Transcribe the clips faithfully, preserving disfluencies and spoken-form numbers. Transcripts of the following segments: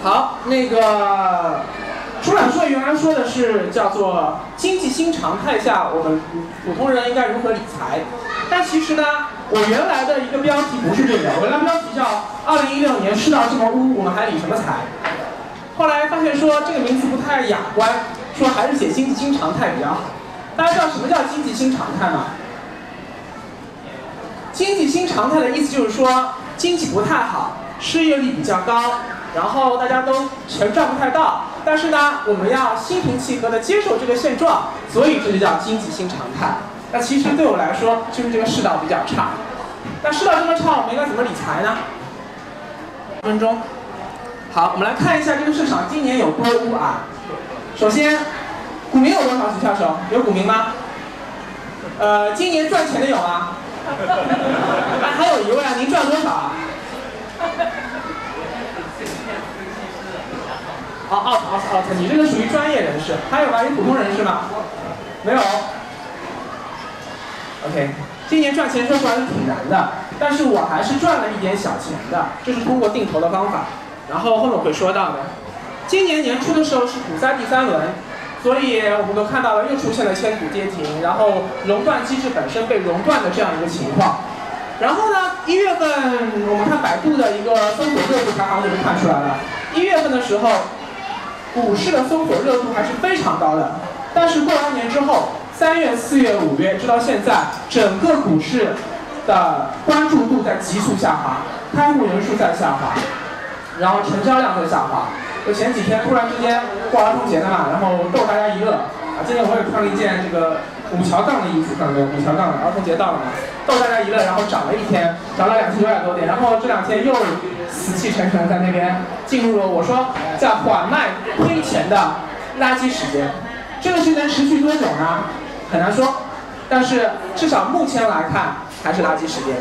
好，那个出版社原来说的是叫做经济新常态下我们普通人应该如何理财，但其实呢，我原来的一个标题不是这个，我原来标题叫二零一六年世道这么污，我们还理什么财？后来发现说这个名字不太雅观，说还是写经济新常态比较好。大家知道什么叫经济新常态吗？经济新常态的意思就是说经济不太好，失业率比较高，然后大家都钱赚不太到，但是呢，我们要心平气和地接受这个现状，所以这就叫经济新常态。那其实对我来说，就是这个世道比较差。那世道这么差，我们应该怎么理财呢？一分钟。好，我们来看一下这个市场今年有多污啊。首先，股民有多少？举下手，有股民吗？呃，今年赚钱的有吗？啊，还有一位啊，您赚多少啊？哦，out out out， 你这个属于专业人士，还有吗？有普通人士吗？没有。OK， 今年赚钱说出来是挺难的，但是我还是赚了一点小钱的，这是通过定投的方法，然后后面我会说到的。今年年初的时候是股灾第三轮，所以我们都看到了又出现了千股跌停，然后熔断机制本身被熔断的这样一个情况。然后呢，一月份我们看百度的一个搜索热度排行就能看出来了，一月份的时候，股市的搜索热度还是非常高的，但是过完年之后，三月、四月、五月直到现在，整个股市的关注度在急速下滑，开户人数在下滑，然后成交量在下滑。就前几天突然之间过儿童节的嘛，然后逗大家一乐啊。今天我也穿了一件这个五桥杠的衣服，看到没有？五桥杠的，儿童节到了嘛，逗大家一乐，然后涨了一天，涨了两千九百多点，然后这两天又死气沉沉在那边进入了我说在缓慢亏钱的垃圾时间。这个是能持续多久呢？很难说，但是至少目前来看还是垃圾时间。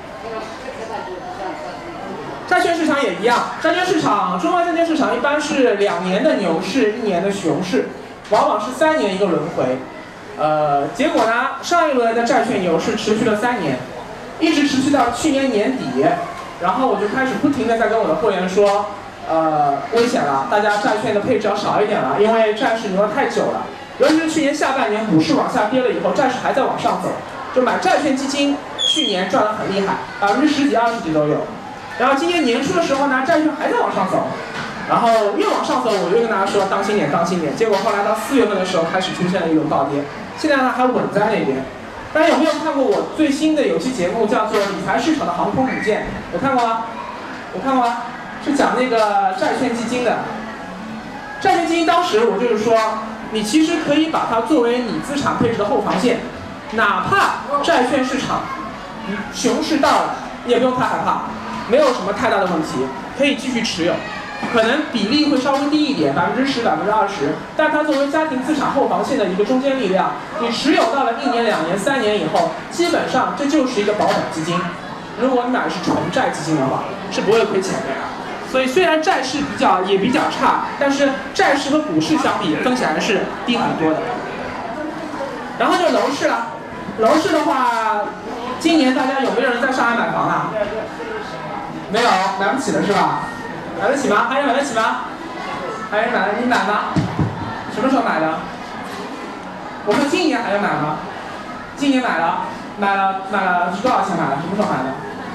债券市场也一样，债券市场，中国债券市场一般是两年的牛市，一年的熊市，往往是三年一个轮回。呃，结果呢，上一轮的债券牛市持续了三年，一直持续到去年年底，然后我就开始不停地在跟我的会员说，呃，危险了，大家债券的配置要少一点了，因为债市牛了太久了。尤其是去年下半年股市往下跌了以后，债市还在往上走，就买债券基金，去年赚得很厉害，百分之十几、二十几都有。然后今年年初的时候呢，债券还在往上走，然后越往上走，我就跟大家说当心点，当心点。结果后来到四月份的时候开始出现了一轮暴跌，现在呢还稳在那边。大家有没有看过我最新的有期节目，叫做《理财市场的航空母舰》？有看过吗？有看过吗？是讲那个债券基金的。债券基金当时我就是说，你其实可以把它作为你资产配置的后防线，哪怕债券市场熊市到了，你也不用太害怕。没有什么太大的问题，可以继续持有，可能比例会稍微低一点，百分之十、百分之二十，但它作为家庭资产后防线的一个中坚力量，你持有到了一年、两年、三年以后，基本上这就是一个保本基金。如果你买的是纯债基金的话，是不会亏钱的。所以虽然债市比较也比较差，但是债市和股市相比，风险还是低很多的。然后就是楼市了，楼市的话，今年大家有没有人在上海买房啊？没有，买不起的是吧？买得起吗？还有买得起吗？还有买的，你买吗？什么时候买的？我说今年还要买吗？今年买了，买了，买了是多少钱买的？什么时候买的？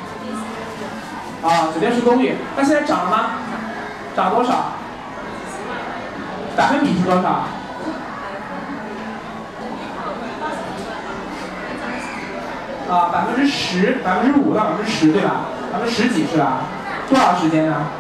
啊，酒店式公寓，那现在涨了吗？涨多少？百分比是多少？啊，百分之十，百分之五到百分之十，对吧？百分之十几是吧？多少时间呢？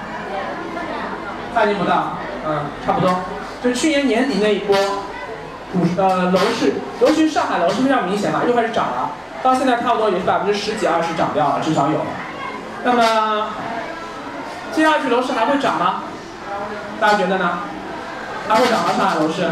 半年不到，嗯，差不多。就去年年底那一波，股呃楼市，尤其是上海楼市非常明显嘛，又开始涨了，到现在差不多也是百分之十几二十涨掉了，至少有。那么接下去楼市还会涨吗？大家觉得呢？还会涨吗？上海楼市？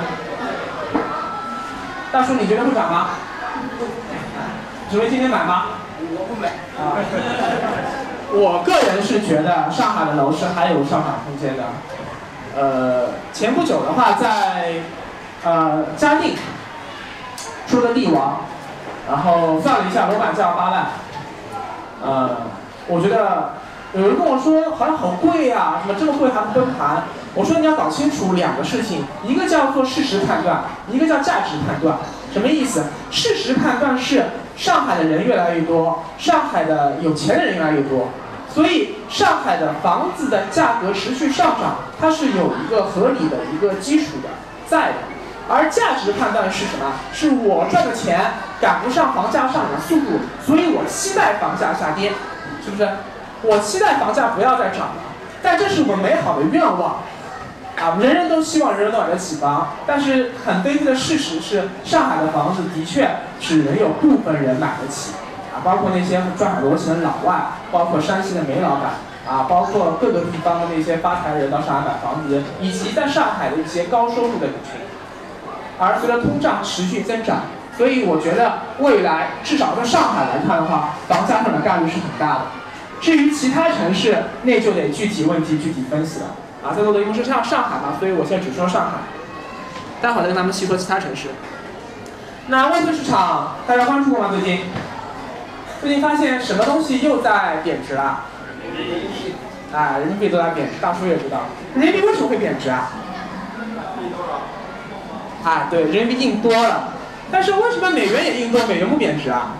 大叔，你觉得会涨吗？只会今天买吗？我不买。啊，我个人是觉得上海的楼市还有上涨空间的。呃，前不久的话，在呃嘉定出了地王，然后算了一下，楼板价八万。呃，我觉得有人跟我说好像好贵呀、啊，什么这么贵还不崩盘？我说你要搞清楚两个事情，一个叫做事实判断，一个叫价值判断。什么意思？事实判断是上海的人越来越多，上海的有钱的人越来越多，所以上海的房子的价格持续上涨，它是有一个合理的一个基础的在的。而价值判断是什么？是我赚的钱赶不上房价上涨的速度，所以我期待房价下跌，是不是？我期待房价不要再涨了，但这是我们美好的愿望，啊，人人都希望人人都买得起房，但是很悲剧的事实是，上海的房子的确只能有部分人买得起，啊，包括那些赚很多钱的老外，包括山西的煤老板，啊，包括各个地方的那些发财人到上海买房子，以及在上海的一些高收入的人群。而随着通胀持续增长，所以我觉得未来至少在上海来看的话，房价上涨的概率是很大的。至于其他城市，那就得具体问题具体分析了。啊，在座的因为是上上海嘛，所以我现在只说上海。待会儿再跟他们细说其他城市。那外汇市场大家关注过吗？最近？最近发现什么东西又在贬值了？啊，人民币都在贬值，大叔也知道。人民币为什么会贬值啊？啊，对，人民币印多了，但是为什么美元也印多，美元不贬值啊？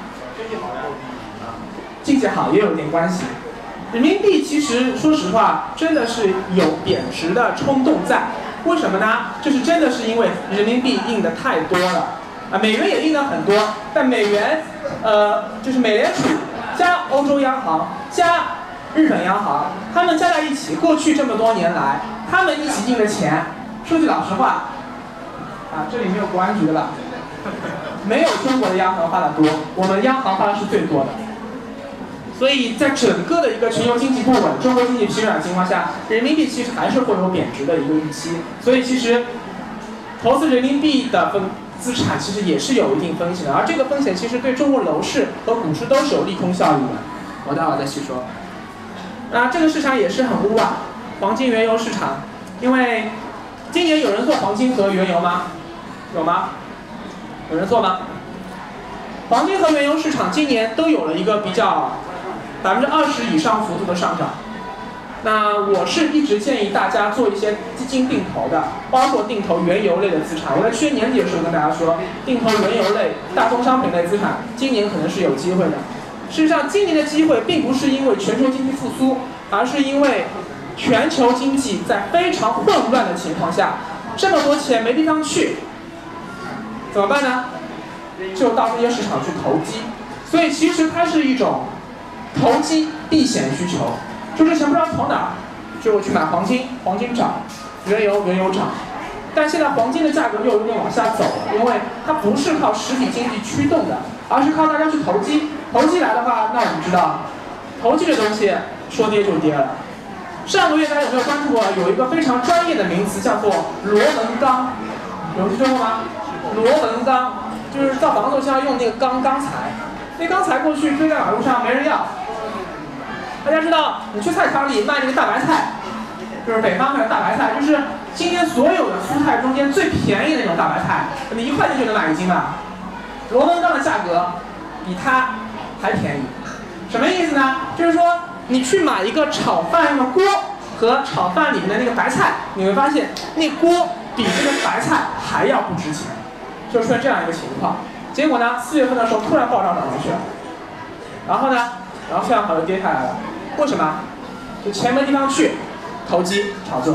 经济好也有点关系。人民币其实说实话，真的是有贬值的冲动在。为什么呢？就是真的是因为人民币印的太多了，啊，美元也印了很多，但美元，呃，就是美联储加欧洲央行加日本央行，他们加在一起，过去这么多年来，他们一起印的钱，说句老实话。啊，这里没有国安局的了，没有中国的央行发的多，我们央行发的是最多的。所以在整个的一个全球经济不稳、中国经济疲软的情况下，人民币其实还是会有贬值的一个预期。所以其实投资人民币的风资产其实也是有一定风险的，而这个风险其实对中国楼市和股市都是有利空效应的。我待会儿再细说。那这个市场也是很污啊，黄金、原油市场，因为今年有人做黄金和原油吗？有吗？有人做吗？黄金和原油市场今年都有了一个比较百分之二十以上幅度的上涨。那我是一直建议大家做一些基金定投的，包括定投原油类的资产。我在去年年底的时候跟大家说，定投原油类、大宗商品类资产，今年可能是有机会的。事实上，今年的机会并不是因为全球经济复苏，而是因为全球经济在非常混乱的情况下，这么多钱没地方去。怎么办呢？就到这些市场去投机，所以其实它是一种投机避险需求，就这钱不知道从哪儿，就我去买黄金，黄金涨，原油原油涨，但现在黄金的价格又有点往下走了，因为它不是靠实体经济驱动的，而是靠大家去投机。投机来的话，那我们知道，投机这东西说跌就跌了。上个月大家有没有关注过？有一个非常专业的名词叫做螺纹钢，有听说过吗？螺纹钢就是造房子就要用那个钢钢材，那钢材过去堆在马路上没人要。大家知道，你去菜场里卖那个大白菜，就是北方卖的大白菜，就是今天所有的蔬菜中间最便宜的那种大白菜，你一块钱就能买一斤吧。螺纹钢的价格比它还便宜，什么意思呢？就是说你去买一个炒饭用的锅和炒饭里面的那个白菜，你会发现那锅比这个白菜还要不值钱。就出现这样一个情况，结果呢，四月份的时候突然暴涨涨上去了，然后呢，然后现在好又跌下来了，为什么？就钱没地方去，投机炒作。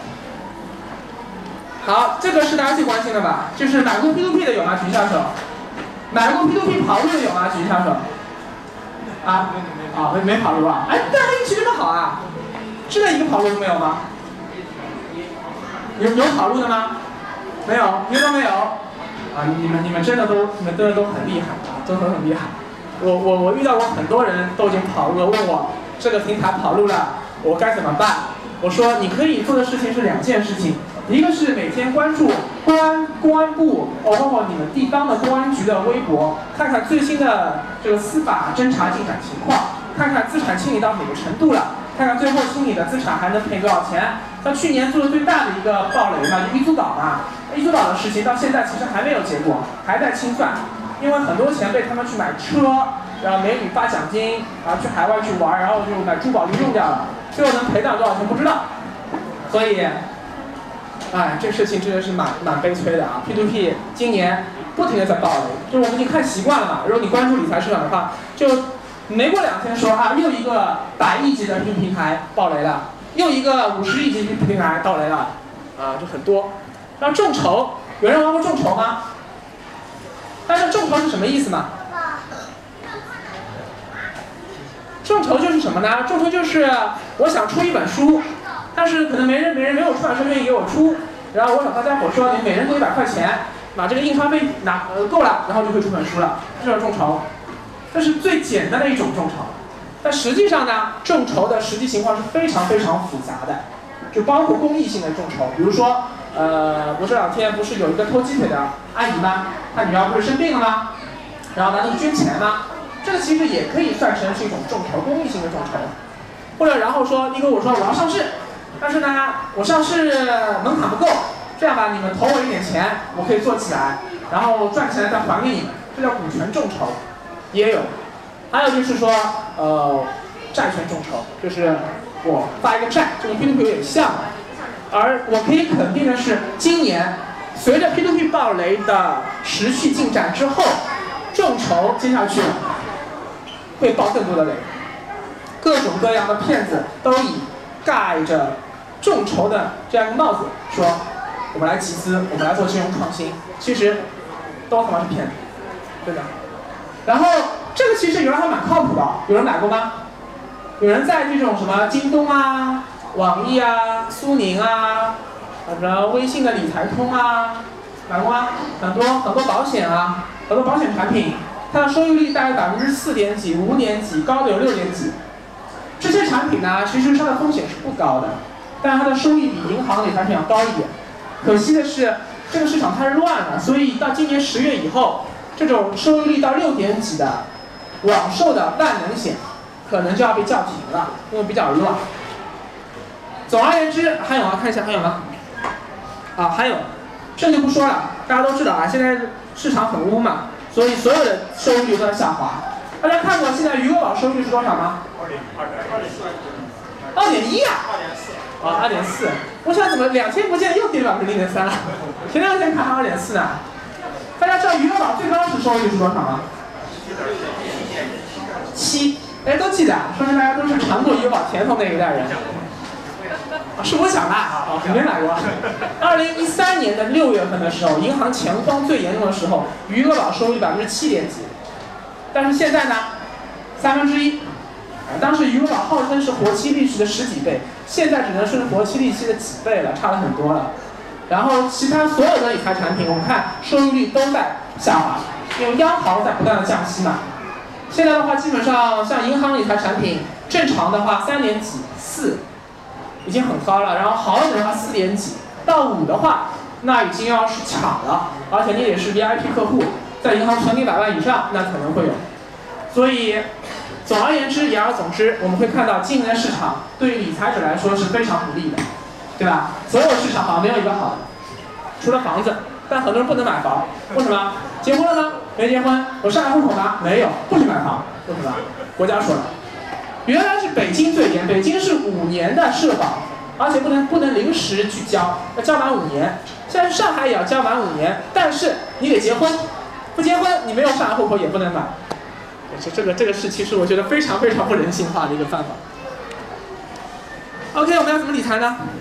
好，这个是大家最关心的吧？就是买过 P to P 的有吗？举一下手。买过 P to P 跑路的有吗？举一下手。啊？啊，没没跑路啊？哎，大家运气这么好啊？真的一个跑路都没有吗？有有跑路的吗？没有，一个都没有。啊，你们你们真的都你们真的都很厉害啊，都很很厉害。我我我遇到过很多人都已经跑路了，问我这个平台跑路了，我该怎么办？我说你可以做的事情是两件事情，一个是每天关注公安公安部，哦，包括你们地方的公安局的微博，看看最新的这个司法侦查进展情况，看看资产清理到哪个程度了，看看最后清理的资产还能赔多少钱。像去年做的最大的一个暴雷嘛，就易租宝嘛。易租宝的事情到现在其实还没有结果，还在清算，因为很多钱被他们去买车、 然后美女发奖金，然后去海外去玩，然后就买珠宝就用掉了，最后能赔到多少钱不知道。所以，哎，这事情真的是蛮蛮悲催的啊 ！P to P 今年不停的在爆雷，就是我们已经看习惯了嘛。如果你关注理财市场的话，就没过两天说啊，又一个百亿级的 P to P 平台爆雷了，又一个五十亿级 P to P 平台爆雷了，啊，就很多。然后众筹，有人玩过众筹吗？但是众筹是什么意思嘛？众筹就是什么呢？众筹就是我想出一本书，但是可能没人没人没有出版社愿意给我出，然后我找大家伙说你每人给一百块钱，把这个印刷费拿呃够了，然后就可以出本书了，这就是众筹。这是最简单的一种众筹，但实际上呢，众筹的实际情况是非常非常复杂的，就包括公益性的众筹，比如说，呃，我这两天不是有一个偷鸡腿的阿姨吗？她女儿不是生病了吗？然后拿那个捐钱吗？这个其实也可以算成是一种众筹，公益性的众筹。或者然后说，你跟我说我要上市，但是呢，我上市门槛不够，这样吧，你们投我一点钱，我可以做起来，然后赚钱了再还给你们，这叫股权众筹。也有，还有就是说，呃，债权众筹，就是我发一个债，这个 P to P 有点像，而我可以肯定的是，今年随着 P to P 爆雷的持续进展之后，众筹接下去会爆更多的雷，各种各样的骗子都以盖着众筹的这样一个帽子，说我们来集资，我们来做金融创新，其实都他妈是骗子，对的。然后这个其实有人还蛮靠谱的，有人买过吗？有人在这种什么京东啊、网易啊、苏宁啊，什么微信的理财通啊，买过吗？很多很多保险啊，很多保险产品，它的收益率大概百分之四点几、五点几，高的有六点几。这些产品呢，其实它的风险是不高的，但是它的收益比银行理财产品要高一点。可惜的是，这个市场太乱了，所以到今年十月以后。这种收益率到六点几的网售的万能险，可能就要被叫停了，因为比较乱。总而言之，还有吗？看一下还有吗？啊，还有，这就不说了，大家都知道啊，现在市场很污嘛，所以所有的收益率都在下滑。大家看过现在余额宝收益率是多少吗？二点二点二点四。二点一啊？二点四。啊，二点四。我想怎么两天不见又跌了百分之零点三了？前两天看还二点四呢。大家知道余额宝最高时收益率是多少吗？七，哎，都记得，说明大家都是尝过余额宝甜头那一代人。啊，是我想的啊，你没买过。二零一三年的六月份的时候，银行钱荒最严重的时候，余额宝收益百分之七点几。但是现在呢，三分之一。啊，当时余额宝号称是活期利息的十几倍，现在只能是活期利息的几倍了，差了很多了。然后其他所有的理财产品，我们看收益率都在下滑，因为央行在不断的降息嘛。现在的话，基本上像银行理财产品，正常的话三点几、四，已经很高了。然后好一点的话四点几到五的话，那已经要是抢了，而且你也是 V I P 客户，在银行存一百万以上，那可能会有。所以，总而言之，言而总之，我们会看到今年的市场对于理财者来说是非常不利的。对吧？所有市场好像没有一个好的，除了房子，但很多人不能买房，为什么？结婚了吗？没结婚。有上海户口吗？没有，不许买房，为什么？国家说了，原来是北京最严，北京是五年的社保，而且不能不能临时去交，要交满五年。现在上海也要交满五年，但是你得结婚，不结婚你没有上海户口也不能买。这这个这个是其实我觉得非常非常不人性化的一个办法。OK， 我们要怎么理财呢？